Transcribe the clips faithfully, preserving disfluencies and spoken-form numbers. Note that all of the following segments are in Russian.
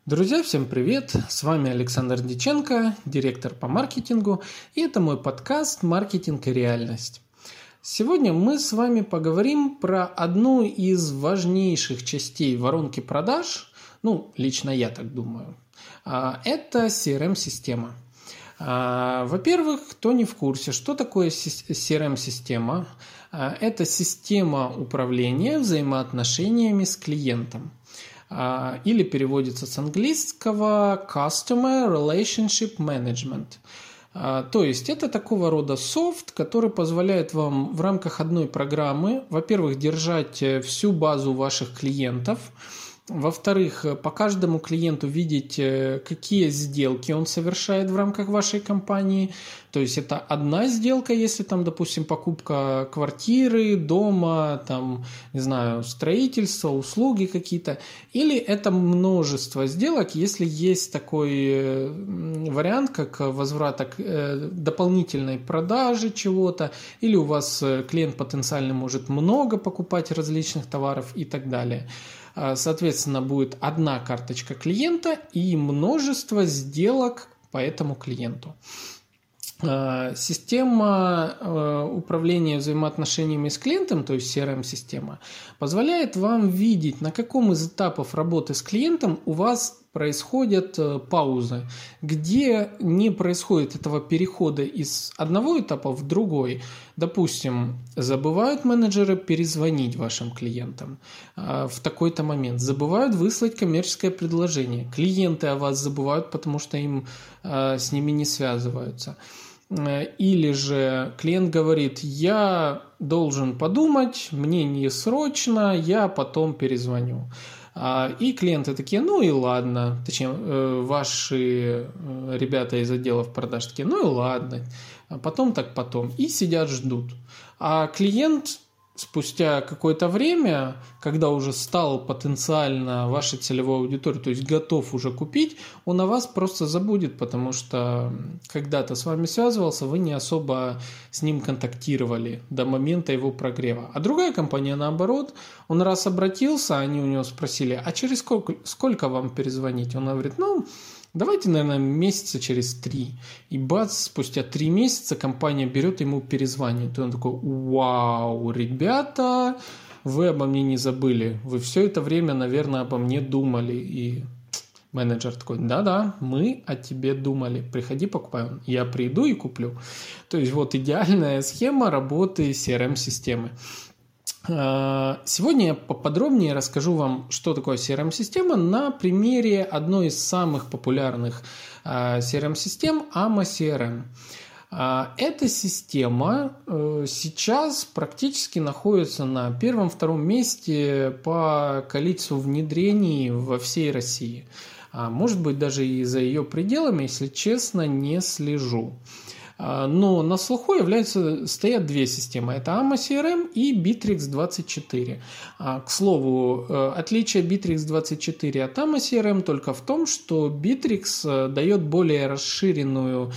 Друзья, всем привет! С вами Александр Диченко, директор по маркетингу, и это мой подкаст «Маркетинг и реальность». Сегодня мы с вами поговорим про одну из важнейших частей воронки продаж, ну, лично я так думаю. Это си ар эм-система. Во-первых, кто не в курсе, что такое си ар эм-система? Это система управления взаимоотношениями с клиентом. Или переводится с английского Customer Relationship Management. То есть это такого рода софт, который позволяет вам в рамках одной программы, во-первых, держать всю базу ваших клиентов, во-вторых, по каждому клиенту видеть, какие сделки он совершает в рамках вашей компании. То есть это одна сделка, если там, допустим, покупка квартиры, дома, там, не знаю, строительство, услуги какие-то. Или это множество сделок, если есть такой вариант, как возврат дополнительной продажи чего-то, или у вас клиент потенциально может много покупать различных товаров и так далее. Соответственно, будет одна карточка клиента и множество сделок по этому клиенту. Система управления взаимоотношениями с клиентом, то есть си ар эм-система, позволяет вам видеть, на каком из этапов работы с клиентом у вас происходят паузы, где не происходит этого перехода из одного этапа в другой. Допустим, забывают менеджеры перезвонить вашим клиентам в такой-то момент, забывают выслать коммерческое предложение, клиенты о вас забывают, потому что им с ними не связываются. Или же клиент говорит: я должен подумать, мне не срочно, я потом перезвоню. И клиенты такие: ну и ладно, точнее, ваши ребята из отделов продаж такие: ну и ладно, потом так потом. И сидят, ждут. А клиент спустя какое-то время, когда уже стал потенциально вашей целевой аудиторией, то есть готов уже купить, он о вас просто забудет, потому что когда-то с вами связывался, вы не особо с ним контактировали до момента его прогрева. А другая компания, наоборот, он раз обратился, они у него спросили: а через сколько, сколько вам перезвонить? Он говорит: ну, давайте, наверное, месяца через три. И бац, спустя три месяца компания берет ему перезванивает. И он такой: вау, ребята, вы обо мне не забыли. Вы все это время, наверное, обо мне думали. И менеджер такой: да-да, мы о тебе думали. Приходи, покупай. Я приду и куплю. То есть вот идеальная схема работы си ар эм-системы. Сегодня я поподробнее расскажу вам, что такое си ар эм-система на примере одной из самых популярных си ар эм-систем – эй эм эй си ар эм. Эта система сейчас практически находится на первом-втором месте по количеству внедрений во всей России. Может быть, даже и за ее пределами, если честно, не слежу. Но на слуху являются, стоят две системы. Это эй эм эй си ар эм и битрикс двадцать четыре. К слову, отличие битрикс двадцать четыре от эй эм эй си ар эм только в том, что Bittrex дает более расширенную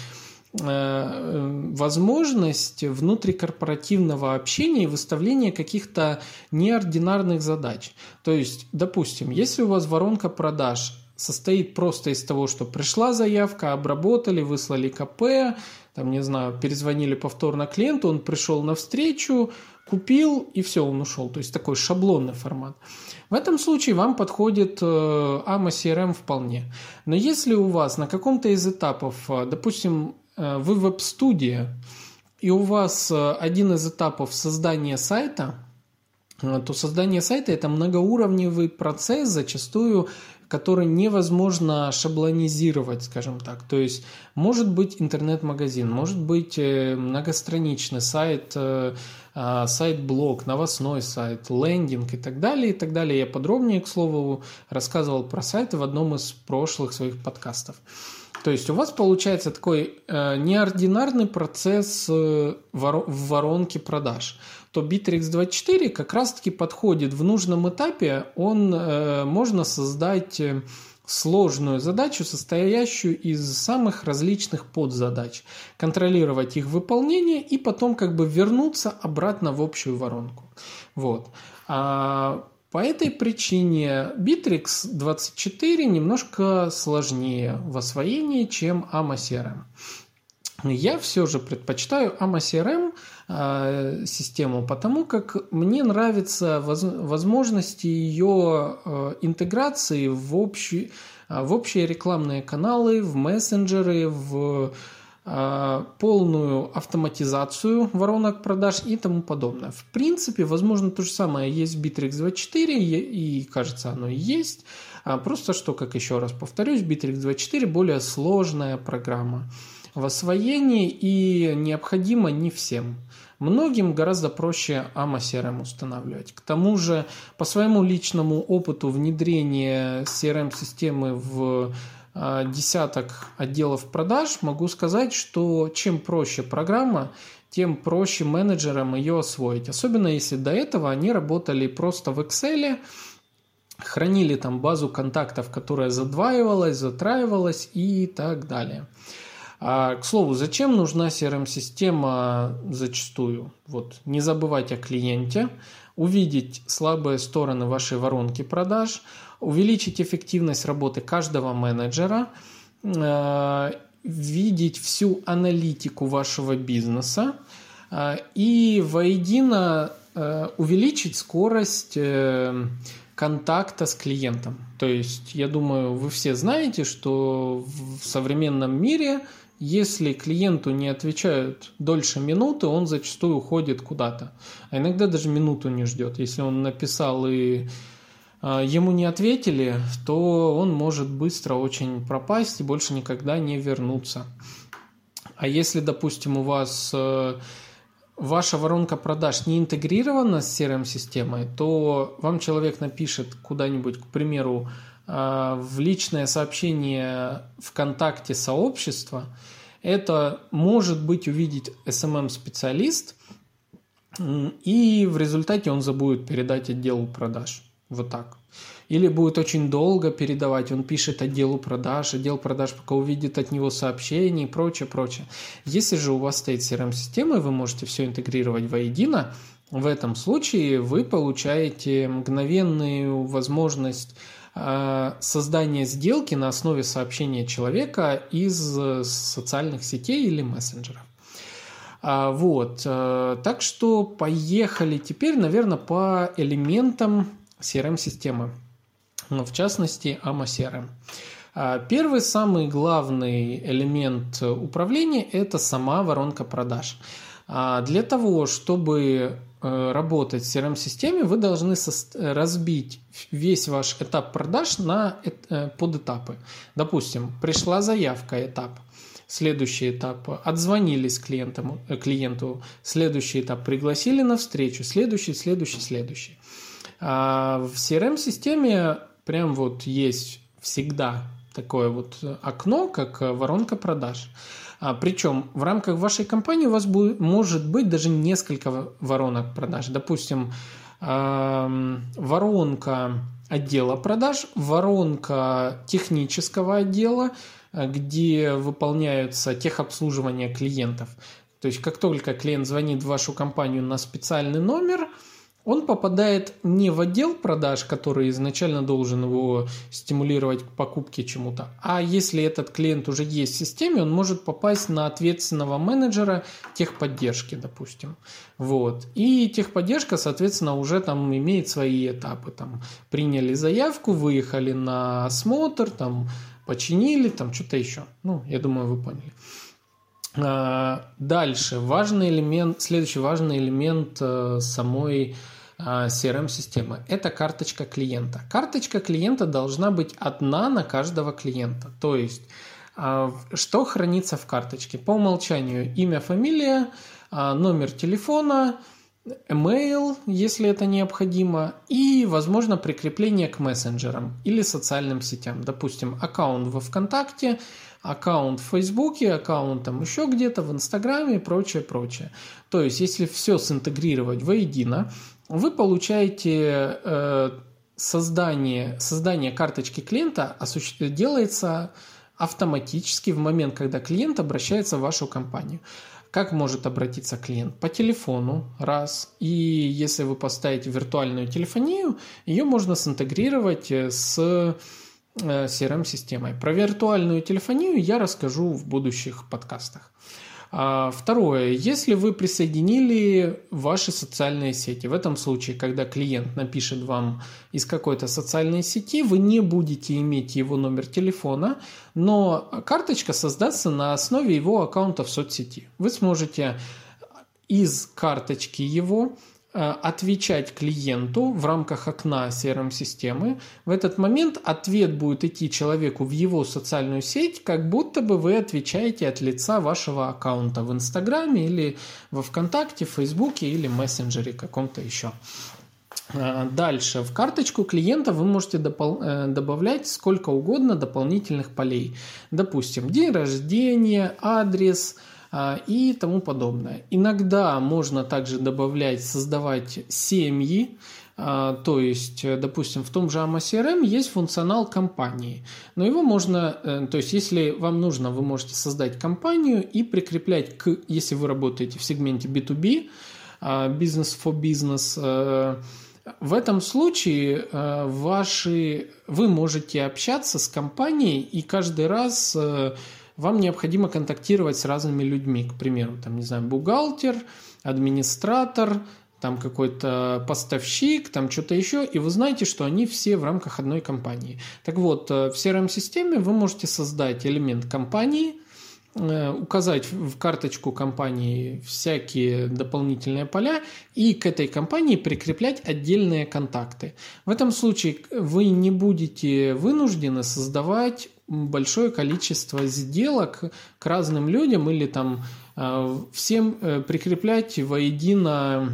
возможность внутрикорпоративного общения и выставления каких-то неординарных задач. То есть, допустим, если у вас воронка продаж состоит просто из того, что пришла заявка, обработали, выслали ка пэ, там, не знаю, перезвонили повторно клиенту, он пришел навстречу, купил и все, он ушел. То есть такой шаблонный формат. В этом случае вам подходит эй эм эй си ар эм вполне. Но если у вас на каком-то из этапов, допустим, вы веб-студия, и у вас один из этапов создания сайта, то создание сайта – это многоуровневый процесс, зачастую который невозможно шаблонизировать, скажем так. То есть может быть интернет-магазин, может быть многостраничный сайт, сайт-блог, новостной сайт, лендинг и так далее, и так далее. Я подробнее, к слову, рассказывал про сайты в одном из прошлых своих подкастов. То есть у вас получается такой э, неординарный процесс э, вор- в воронке продаж. То битрикс двадцать четыре как раз-таки подходит в нужном этапе, он э, можно создать сложную задачу, состоящую из самых различных подзадач, контролировать их выполнение и потом как бы вернуться обратно в общую воронку. Вот. А По этой причине Bittrex двадцать четыре немножко сложнее в освоении, чем эй эм эй си ар эм. Я все же предпочитаю эй эм эй си ар эм э, систему, потому как мне нравятся воз, возможности ее э, интеграции в, общий, э, в общие рекламные каналы, в мессенджеры, в э, полную автоматизацию воронок продаж и тому подобное. В принципе, возможно, то же самое есть в Bittrex двадцать четыре, и, кажется, оно и есть. Просто что, как еще раз повторюсь, Bittrex двадцать четыре более сложная программа в освоении и необходимо не всем. Многим гораздо проще эй эм эй си ар эм устанавливать. К тому же, по своему личному опыту внедрения си ар эм-системы в десяток отделов продаж, могу сказать, что чем проще программа, тем проще менеджерам ее освоить. Особенно если до этого они работали просто в Excel, хранили там базу контактов, которая задваивалась, затраивалась и так далее. А, к слову, зачем нужна си ар эм-система зачастую? Вот, не забывать о клиенте, увидеть слабые стороны вашей воронки продаж, увеличить эффективность работы каждого менеджера, э, видеть всю аналитику вашего бизнеса э, и воедино э, увеличить скорость э, контакта с клиентом. То есть, я думаю, вы все знаете, что в современном мире, если клиенту не отвечают дольше минуты, он зачастую уходит куда-то. А иногда даже минуту не ждет. Если он написал и э, ему не ответили, то он может быстро очень пропасть и больше никогда не вернуться. А если, допустим, у вас э, ваша воронка продаж не интегрирована с си ар эм-системой, то вам человек напишет куда-нибудь, к примеру, в личное сообщение ВКонтакте сообщества, это может быть увидеть эс эм эм-специалист, и в результате он забудет передать отделу продаж. Вот так. Или будет очень долго передавать, он пишет отделу продаж, отдел продаж пока увидит от него сообщение и прочее, прочее. Если же у вас стоит си ар эм-система, и вы можете все интегрировать воедино, в этом случае вы получаете мгновенную возможность создания сделки на основе сообщения человека из социальных сетей или мессенджеров. Вот. Так что поехали теперь, наверное, по элементам си ар эм-системы, в частности, эй эм эй си ар эм. Первый, самый главный элемент управления – это сама воронка продаж. Для того, чтобы работать в си ар эм-системе, вы должны разбить весь ваш этап продаж на подэтапы. Допустим, пришла заявка, этап. Следующий этап – отзвонились клиентам, клиенту. Следующий этап – пригласили на встречу. Следующий, следующий, следующий. А в си ар эм-системе прям вот есть всегда такое вот окно, как воронка продаж. А, причем в рамках вашей компании у вас будет, может быть даже несколько воронок продаж. Допустим, э, воронка отдела продаж, воронка технического отдела, где выполняются техобслуживание клиентов. То есть, как только клиент звонит в вашу компанию на специальный номер, он попадает не в отдел продаж, который изначально должен его стимулировать к покупке чему-то, а если этот клиент уже есть в системе, он может попасть на ответственного менеджера техподдержки, допустим. Вот. И техподдержка, соответственно, уже там имеет свои этапы. Там, приняли заявку, выехали на осмотр, там, починили, там что-то еще. Ну, я думаю, вы поняли. Дальше, важный элемент, следующий важный элемент самой си ар эм-системы – это карточка клиента. Карточка клиента должна быть одна на каждого клиента. То есть, что хранится в карточке? По умолчанию имя, фамилия, номер телефона, email, если это необходимо, и, возможно, прикрепление к мессенджерам или социальным сетям. Допустим, аккаунт во ВКонтакте, аккаунт в Фейсбуке, аккаунт там еще где-то в Инстаграме и прочее, прочее. То есть, если все синтегрировать воедино, вы получаете э, создание, создание карточки клиента осуществ... делается автоматически в момент, когда клиент обращается в вашу компанию. Как может обратиться клиент? По телефону, раз. И если вы поставите виртуальную телефонию, ее можно синтегрировать с си ар эм-системой. Про виртуальную телефонию я расскажу в будущих подкастах. Второе. Если вы присоединили ваши социальные сети, в этом случае, когда клиент напишет вам из какой-то социальной сети, вы не будете иметь его номер телефона, но карточка создастся на основе его аккаунта в соцсети. Вы сможете из карточки его отвечать клиенту в рамках окна си ар эм-системы. В этот момент ответ будет идти человеку в его социальную сеть, как будто бы вы отвечаете от лица вашего аккаунта в Инстаграме или во ВКонтакте, в Фейсбуке или мессенджере каком-то еще. Дальше. В карточку клиента вы можете допол- добавлять сколько угодно дополнительных полей. Допустим, день рождения, адрес и тому подобное. Иногда можно также добавлять, создавать семьи, то есть, допустим, в том же эй эм си ар эм есть функционал компании, но его можно, то есть, если вам нужно, вы можете создать компанию и прикреплять к, если вы работаете в сегменте би ту би, business for business, в этом случае ваши, вы можете общаться с компанией, и каждый раз вам необходимо контактировать с разными людьми, к примеру, там, не знаю, бухгалтер, администратор, там какой-то поставщик, там что-то еще, и вы знаете, что они все в рамках одной компании. Так вот, в си ар эм-системе вы можете создать элемент компании, указать в карточку компании всякие дополнительные поля и к этой компании прикреплять отдельные контакты. В этом случае вы не будете вынуждены создавать большое количество сделок к разным людям или там всем прикреплять воедино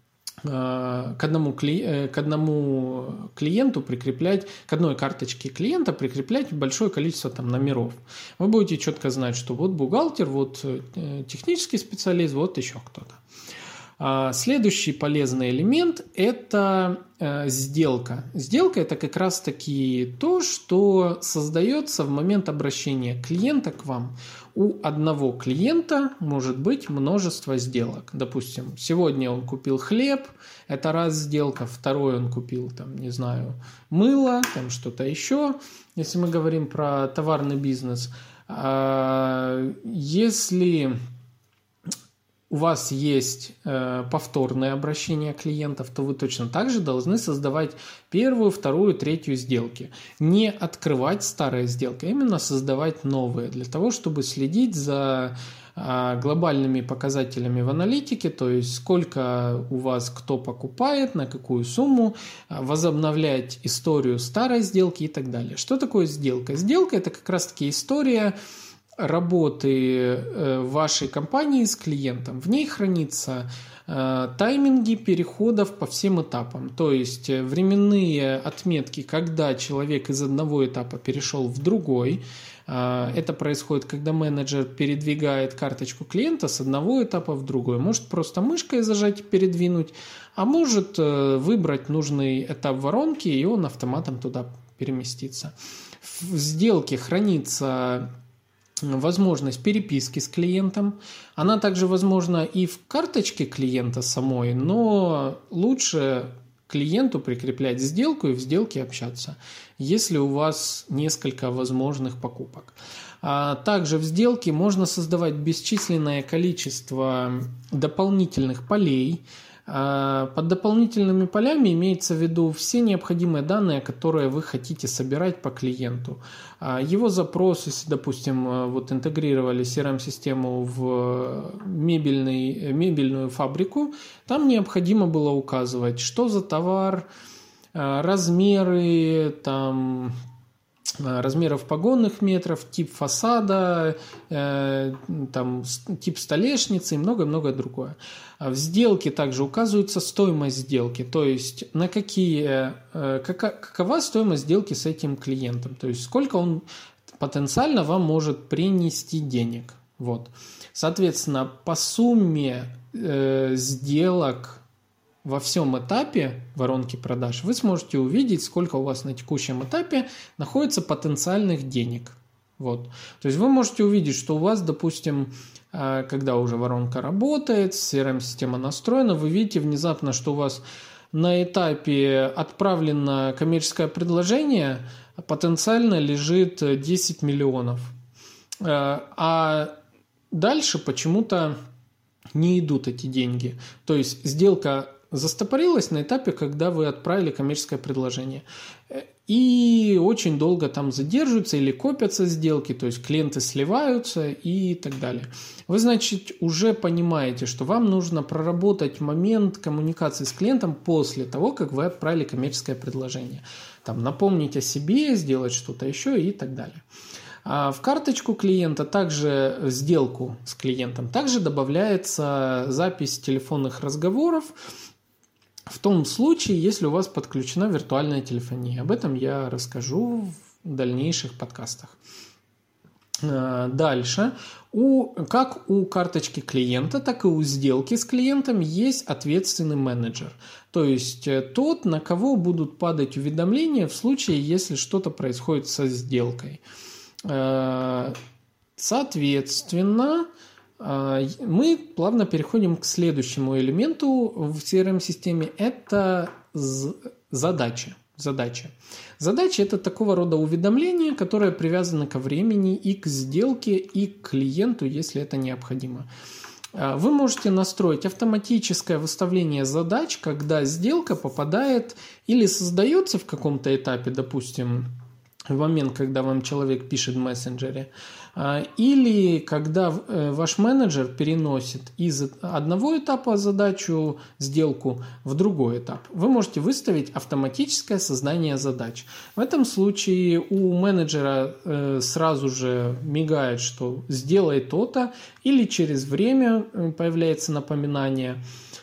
к одному, кли... к одному клиенту прикреплять, к одной карточке клиента прикреплять большое количество там номеров. Вы будете четко знать, что вот бухгалтер, вот технический специалист, вот еще кто-то. Следующий полезный элемент – это сделка. Сделка – это как раз-таки то, что создается в момент обращения клиента к вам. У одного клиента может быть множество сделок. Допустим, сегодня он купил хлеб, это раз сделка, второй он купил, там, не знаю, мыло, там что-то еще, если мы говорим про товарный бизнес. Если у вас есть э, повторное обращение клиентов, то вы точно так же должны создавать первую, вторую, третью сделки. Не открывать старые сделки, а именно создавать новые, для того, чтобы следить за э, глобальными показателями в аналитике, то есть сколько у вас кто покупает, на какую сумму, э, возобновлять историю старой сделки и так далее. Что такое сделка? Сделка – это как раз-таки история работы вашей компании с клиентом. В ней хранятся тайминги переходов по всем этапам, то есть временные отметки, когда человек из одного этапа перешел в другой. Это происходит, когда менеджер передвигает карточку клиента с одного этапа в другой. Может просто мышкой зажать и передвинуть, а может выбрать нужный этап воронки, и он автоматом туда переместится. В сделке хранится возможность переписки с клиентом. Она также возможна и в карточке клиента самой, но лучше клиенту прикреплять сделку и в сделке общаться, если у вас несколько возможных покупок. А также в сделке можно создавать бесчисленное количество дополнительных полей. Под дополнительными полями имеется в виду все необходимые данные, которые вы хотите собирать по клиенту. Его запрос, если, допустим, вот интегрировали си ар эм-систему в мебельный, мебельную фабрику, там необходимо было указывать, что за товар, размеры, там, размеров погонных метров, тип фасада, э, там, тип столешницы и многое-многое другое. В сделке также указывается стоимость сделки, то есть на какие, э, кака, какова стоимость сделки с этим клиентом, то есть сколько он потенциально вам может принести денег. Вот. Соответственно, по сумме э, сделок во всем этапе воронки продаж вы сможете увидеть, сколько у вас на текущем этапе находится потенциальных денег. Вот. То есть вы можете увидеть, что у вас, допустим, когда уже воронка работает, си эр эм-система настроена, вы видите внезапно, что у вас на этапе отправлено коммерческое предложение, потенциально лежит десять миллионов. А дальше почему-то не идут эти деньги. То есть сделка застопорилась на этапе, когда вы отправили коммерческое предложение. И очень долго там задерживаются или копятся сделки, то есть клиенты сливаются и так далее. Вы, значит, уже понимаете, что вам нужно проработать момент коммуникации с клиентом после того, как вы отправили коммерческое предложение. Там, напомнить о себе, сделать что-то еще и так далее. А в карточку клиента, также в сделку с клиентом, также добавляется запись телефонных разговоров, в том случае, если у вас подключена виртуальная телефония. Об этом я расскажу в дальнейших подкастах. Дальше. У, как у карточки клиента, так и у сделки с клиентом есть ответственный менеджер. То есть тот, на кого будут падать уведомления в случае, если что-то происходит со сделкой. Соответственно, мы плавно переходим к следующему элементу в си эр эм-системе. Это задачи. Задача. Задача – это такого рода уведомления, которые привязаны ко времени и к сделке, и к клиенту, если это необходимо. Вы можете настроить автоматическое выставление задач, когда сделка попадает или создается в каком-то этапе, допустим, в момент, когда вам человек пишет в мессенджере, или когда ваш менеджер переносит из одного этапа задачу, сделку, в другой этап. Вы можете выставить автоматическое создание задач. В этом случае у менеджера сразу же мигает, что сделай то-то, или через время появляется напоминание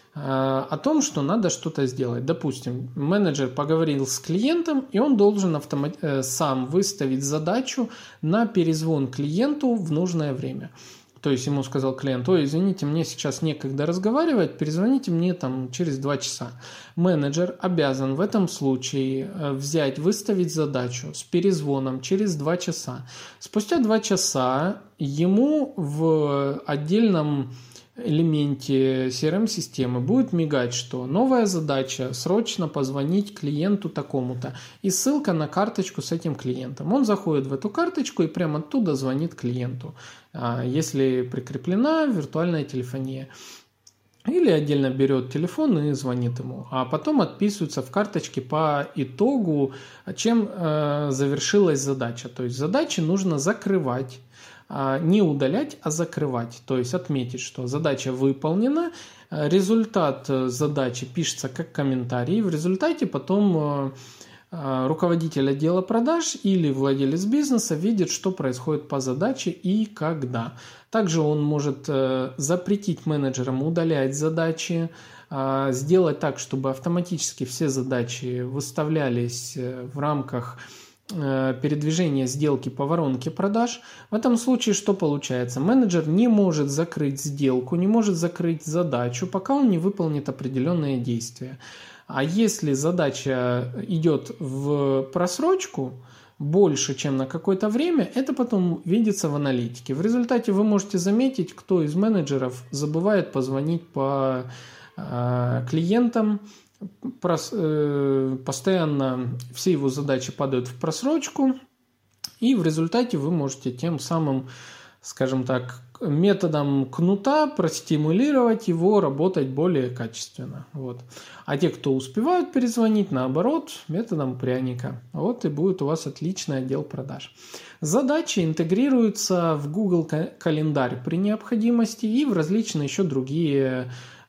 о том, что надо что-то сделать. Допустим, менеджер поговорил с клиентом, и он должен автомат... сам выставить задачу на перезвон клиенту в нужное время. То есть ему сказал клиент: ой, извините, мне сейчас некогда разговаривать, перезвоните мне там через два часа. Менеджер обязан в этом случае взять, выставить задачу с перезвоном через два часа. Спустя два часа ему в отдельном элементе си эр эм-системы будет мигать, что новая задача – срочно позвонить клиенту такому-то, и ссылка на карточку с этим клиентом. Он заходит в эту карточку и прямо оттуда звонит клиенту, если прикреплена виртуальная телефония. Или отдельно берет телефон и звонит ему, а потом отписывается в карточке по итогу, чем э, завершилась задача. То есть задачи нужно закрывать. Не удалять, а закрывать. То есть отметить, что задача выполнена, результат задачи пишется как комментарий. В результате потом руководитель отдела продаж или владелец бизнеса видит, что происходит по задаче и когда. Также он может запретить менеджерам удалять задачи, сделать так, чтобы автоматически все задачи выставлялись в рамках передвижения сделки по воронке продаж. В этом случае что получается? Менеджер не может закрыть сделку, не может закрыть задачу, пока он не выполнит определенные действия. А если задача идет в просрочку больше, чем на какое-то время, это потом видится в аналитике. В результате вы можете заметить, кто из менеджеров забывает позвонить по э, клиентам, постоянно все его задачи падают в просрочку, и в результате вы можете тем самым, скажем так, методом кнута простимулировать его работать более качественно. Вот. А те, кто успевают перезвонить, наоборот, методом пряника. Вот и будет у вас отличный отдел продаж. Задачи интегрируются в Google календарь при необходимости и в различные еще другие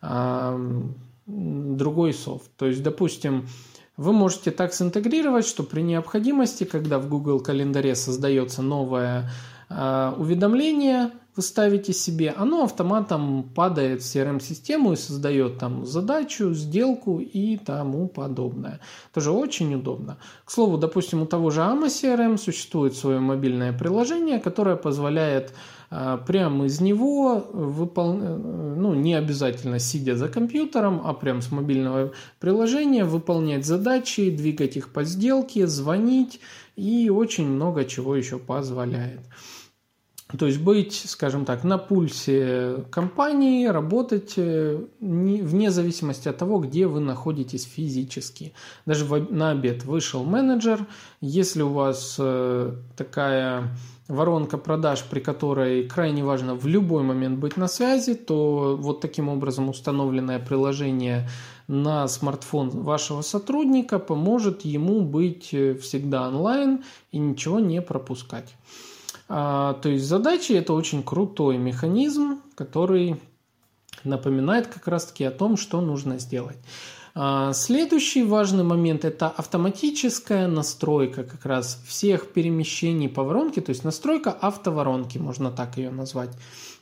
другой софт. То есть, допустим, вы можете так синтегрировать, что при необходимости, когда в Google календаре создается новое э, уведомление, вы ставите себе, оно автоматом падает в си ар эм-систему и создает там задачу, сделку и тому подобное. Тоже очень удобно. К слову, допустим, у того же ама си ар эм существует свое мобильное приложение, которое позволяет а, прямо из него, выпол... ну, не обязательно сидя за компьютером, а прямо с мобильного приложения выполнять задачи, двигать их по сделке, звонить и очень много чего еще позволяет. То есть быть, скажем так, на пульсе компании, работать вне зависимости от того, где вы находитесь физически. Даже на обед вышел менеджер, если у вас такая воронка продаж, при которой крайне важно в любой момент быть на связи, то вот таким образом установленное приложение на смартфон вашего сотрудника поможет ему быть всегда онлайн и ничего не пропускать. А, то есть задачи – это очень крутой механизм, который напоминает как раз-таки о том, что нужно сделать. А, следующий важный момент – это автоматическая настройка как раз всех перемещений по воронке, то есть настройка автоворонки, можно так ее назвать.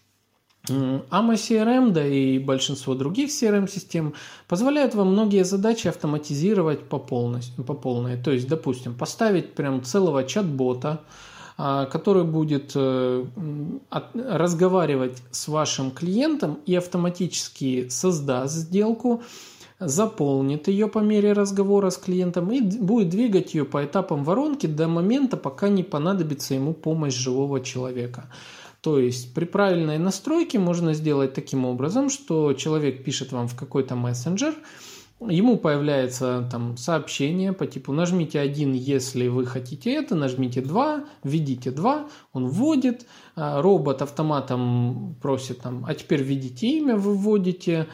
ама си ар эм, да и большинство других си ар эм-систем позволяют вам многие задачи автоматизировать по, полностью, по полной. То есть, допустим, поставить прям целого чат-бота, который будет разговаривать с вашим клиентом и автоматически создаст сделку, заполнит ее по мере разговора с клиентом и будет двигать ее по этапам воронки до момента, пока не понадобится ему помощь живого человека. То есть при правильной настройке можно сделать таким образом, что человек пишет вам в какой-то мессенджер, ему появляется там сообщение по типу нажмите один, если вы хотите это, нажмите два, введите два, он вводит, робот автоматом просит там, а теперь введите имя, вы вводите,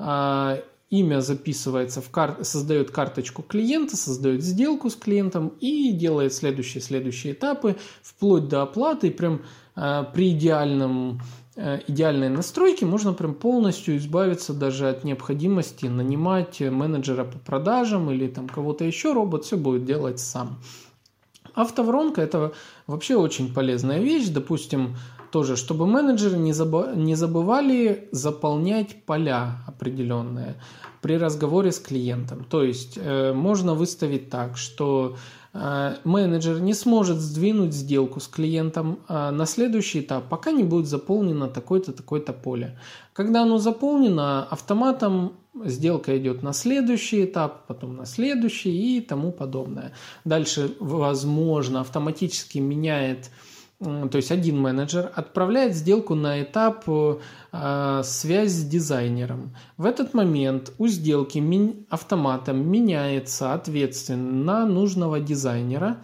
имя записывается в кар... создает карточку клиента, создает сделку с клиентом и делает следующие следующие этапы вплоть до оплаты. И прям при идеальном идеальной настройке можно прям полностью избавиться даже от необходимости нанимать менеджера по продажам или там кого-то еще, робот все будет делать сам. Автоворонка – это вообще очень полезная вещь, допустим, тоже, чтобы менеджеры не, забы- не забывали заполнять поля определенные при разговоре с клиентом. То есть э, можно выставить так, что менеджер не сможет сдвинуть сделку с клиентом на следующий этап, пока не будет заполнено такое-то, такое-то поле. Когда оно заполнено, автоматом сделка идет на следующий этап, потом на следующий и тому подобное. Дальше, возможно, автоматически меняет, то есть один менеджер отправляет сделку на этап э, связь с дизайнером. В этот момент у сделки ми- автоматом меняется ответственность на нужного дизайнера.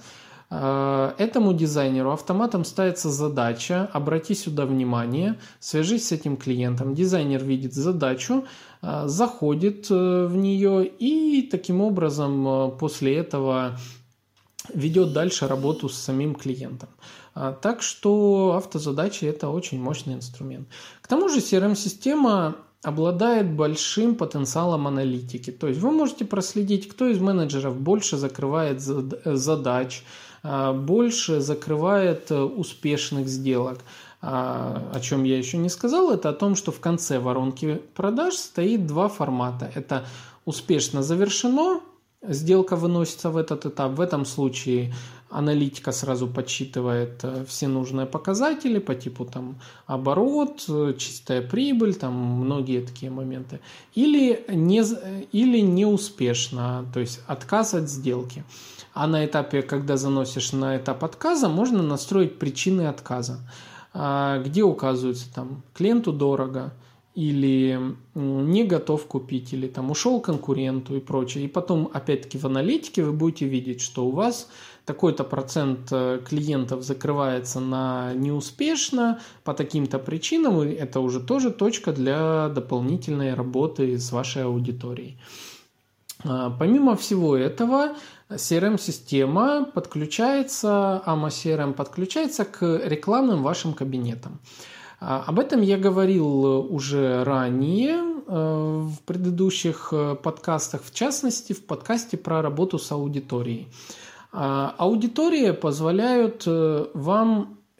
Э, этому дизайнеру автоматом ставится задача, обрати сюда внимание, свяжись с этим клиентом. Дизайнер видит задачу, э, заходит э, в нее и таким образом э, после этого ведет дальше работу с самим клиентом. Так что автозадачи – это очень мощный инструмент. К тому же си ар эм-система обладает большим потенциалом аналитики. То есть вы можете проследить, кто из менеджеров больше закрывает задач, больше закрывает успешных сделок. О чем я еще не сказал, это о том, что в конце воронки продаж стоит два формата. Это успешно завершено, сделка выносится в этот этап. В этом случае аналитика сразу подсчитывает все нужные показатели по типу там оборот, чистая прибыль, там многие такие моменты. Или, не, или неуспешно, то есть отказ от сделки. А на этапе, когда заносишь на этап отказа, можно настроить причины отказа, где указывается там клиенту дорого, или не готов купить, или там ушел конкуренту и прочее. И потом, опять-таки, в аналитике вы будете видеть, что у вас такой-то процент клиентов закрывается на неуспешно по таким-то причинам, и это уже тоже точка для дополнительной работы с вашей аудиторией. Помимо всего этого, си ар эм-система подключается, ама си ар эм подключается к рекламным вашим кабинетам. Об этом я говорил уже ранее в предыдущих подкастах, в частности в подкасте про работу с аудиторией. Аудитория позволяет вам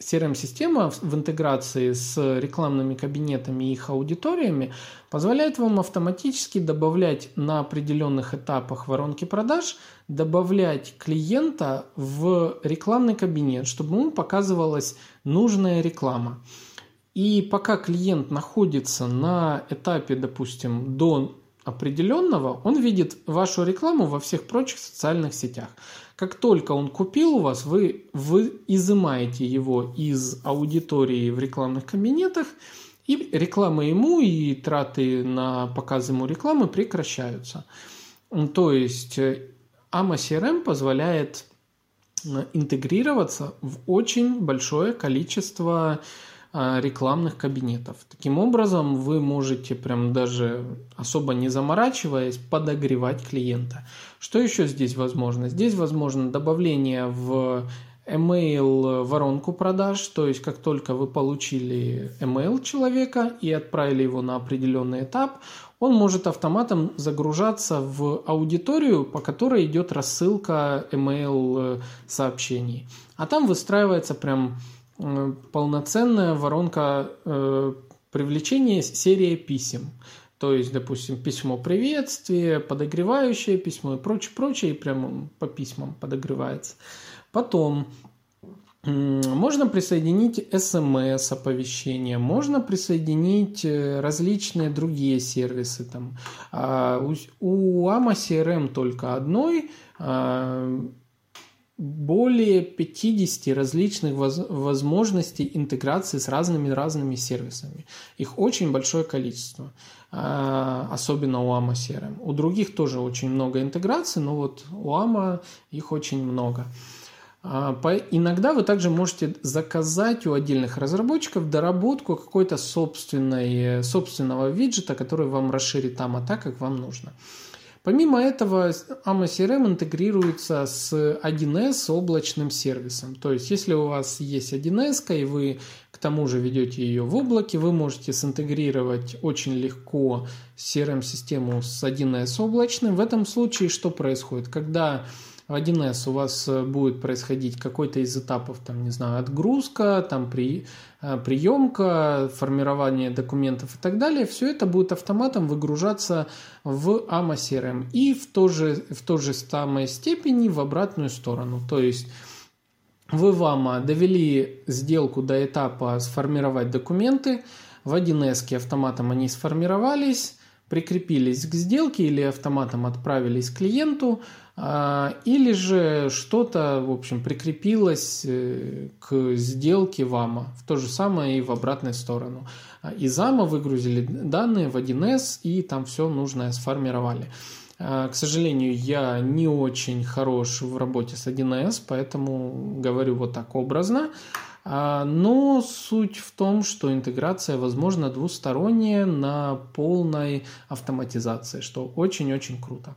си ар эм-система в интеграции с рекламными кабинетами и их аудиториями позволяет вам автоматически добавлять на определенных этапах воронки продаж, добавлять клиента в рекламный кабинет, чтобы ему показывалась нужная реклама. И пока клиент находится на этапе, допустим, до определенного, он видит вашу рекламу во всех прочих социальных сетях. Как только он купил у вас, вы, вы изымаете его из аудитории в рекламных кабинетах, и реклама ему и траты на показ ему рекламы прекращаются. То есть эй эм эй си ар эм позволяет интегрироваться в очень большое количество рекламных кабинетов. Таким образом, вы можете прям даже особо не заморачиваясь подогревать клиента. Что еще здесь возможно? Здесь возможно добавление в email воронку продаж, то есть как только вы получили email человека и отправили его на определенный этап, он может автоматом загружаться в аудиторию, по которой идет рассылка email сообщений. А там выстраивается прям полноценная воронка э, привлечения серии писем. То есть, допустим, письмо приветствия, подогревающее письмо и прочее, прочее, и прямо по письмам подогревается. Потом э, можно присоединить эс эм эс-оповещения, можно присоединить различные другие сервисы. Там. А у, у эй эм эй си ар эм только одной э, более пятьдесят различных возможностей интеграции с разными-разными сервисами. Их очень большое количество, особенно у эй эм эй си ар эм. У других тоже очень много интеграций, но вот у эй эм эй их очень много. Иногда вы также можете заказать у отдельных разработчиков доработку какой-то собственной, собственного виджета, который вам расширит эй эм эй так, как вам нужно. Помимо этого, эй эм эй си ар эм интегрируется с один эс облачным сервисом. То есть, если у вас есть один эс, и вы к тому же ведете ее в облаке, вы можете синтегрировать очень легко си ар эм-систему с один эс облачным. В этом случае что происходит? Когда в один эс у вас будет происходить какой-то из этапов, там, не знаю, отгрузка, там, при, приемка, формирование документов и так далее, все это будет автоматом выгружаться в эй эм эй си ар эм и в той же, в той же самой степени в обратную сторону. То есть вы в эй эм эй довели сделку до этапа сформировать документы, в один эс автоматом они сформировались, прикрепились к сделке или автоматом отправились к клиенту, или же что-то, в общем, прикрепилось к сделке в эй эм эй. В то же самое и в обратную сторону. Из эй эм эй выгрузили данные в один эс и там все нужное сформировали. К сожалению, я не очень хорош в работе с один эс, поэтому говорю вот так образно. Но суть в том, что интеграция возможна двусторонняя на полной автоматизации, что очень-очень круто.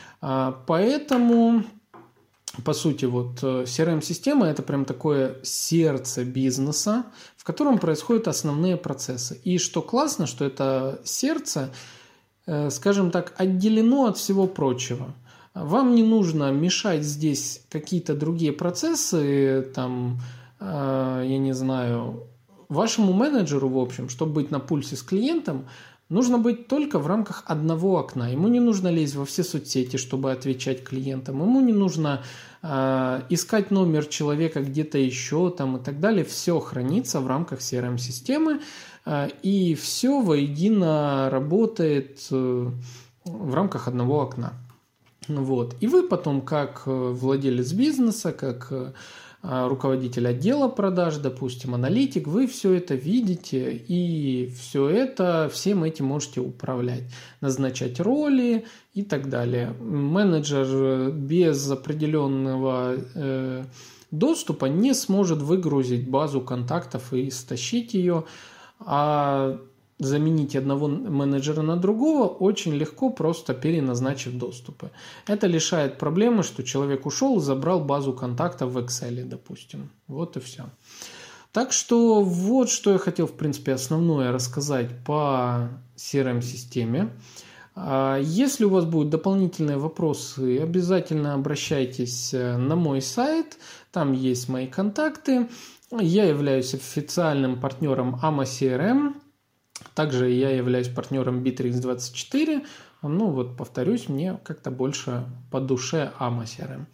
Поэтому, по сути, вот си ар эм-система – это прям такое сердце бизнеса, в котором происходят основные процессы. И что классно, что это сердце, скажем так, отделено от всего прочего. Вам не нужно мешать здесь какие-то другие процессы, там, я не знаю, вашему менеджеру, в общем, чтобы быть на пульсе с клиентом, нужно быть только в рамках одного окна. Ему не нужно лезть во все соцсети, чтобы отвечать клиентам. Ему не нужно э, искать номер человека где-то еще там, и так далее. Все хранится в рамках си ар эм-системы. Э, и все воедино работает э, в рамках одного окна. Вот. И вы потом, как владелец бизнеса, как руководитель отдела продаж, допустим, аналитик, вы все это видите и все это, всем этим можете управлять, назначать роли и так далее. Менеджер без определенного э, доступа не сможет выгрузить базу контактов и стащить ее, а заменить одного менеджера на другого очень легко, просто переназначив доступы. Это лишает проблемы, что человек ушел и забрал базу контактов в Excel, допустим. Вот и все. Так что вот что я хотел, в принципе, основное рассказать по си ар эм-системе. Если у вас будут дополнительные вопросы, обязательно обращайтесь на мой сайт, там есть мои контакты. Я являюсь официальным партнером эй эм эй си эр эм, также я являюсь партнером Bittrex двадцать четыре. Ну вот, повторюсь, мне как-то больше по душе эй эм эй си эр эм.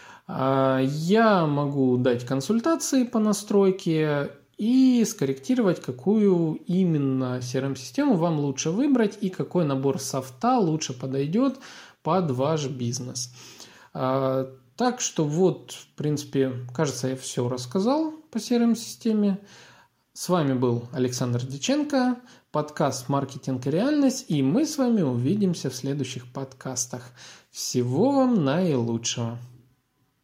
Я могу дать консультации по настройке и скорректировать, какую именно си эр эм-систему вам лучше выбрать и какой набор софта лучше подойдет под ваш бизнес. Так что вот, в принципе, кажется, я все рассказал по си эр эм-системе. С вами был Александр Дьяченко, подкаст «Маркетинг и реальность», и мы с вами увидимся в следующих подкастах. Всего вам наилучшего!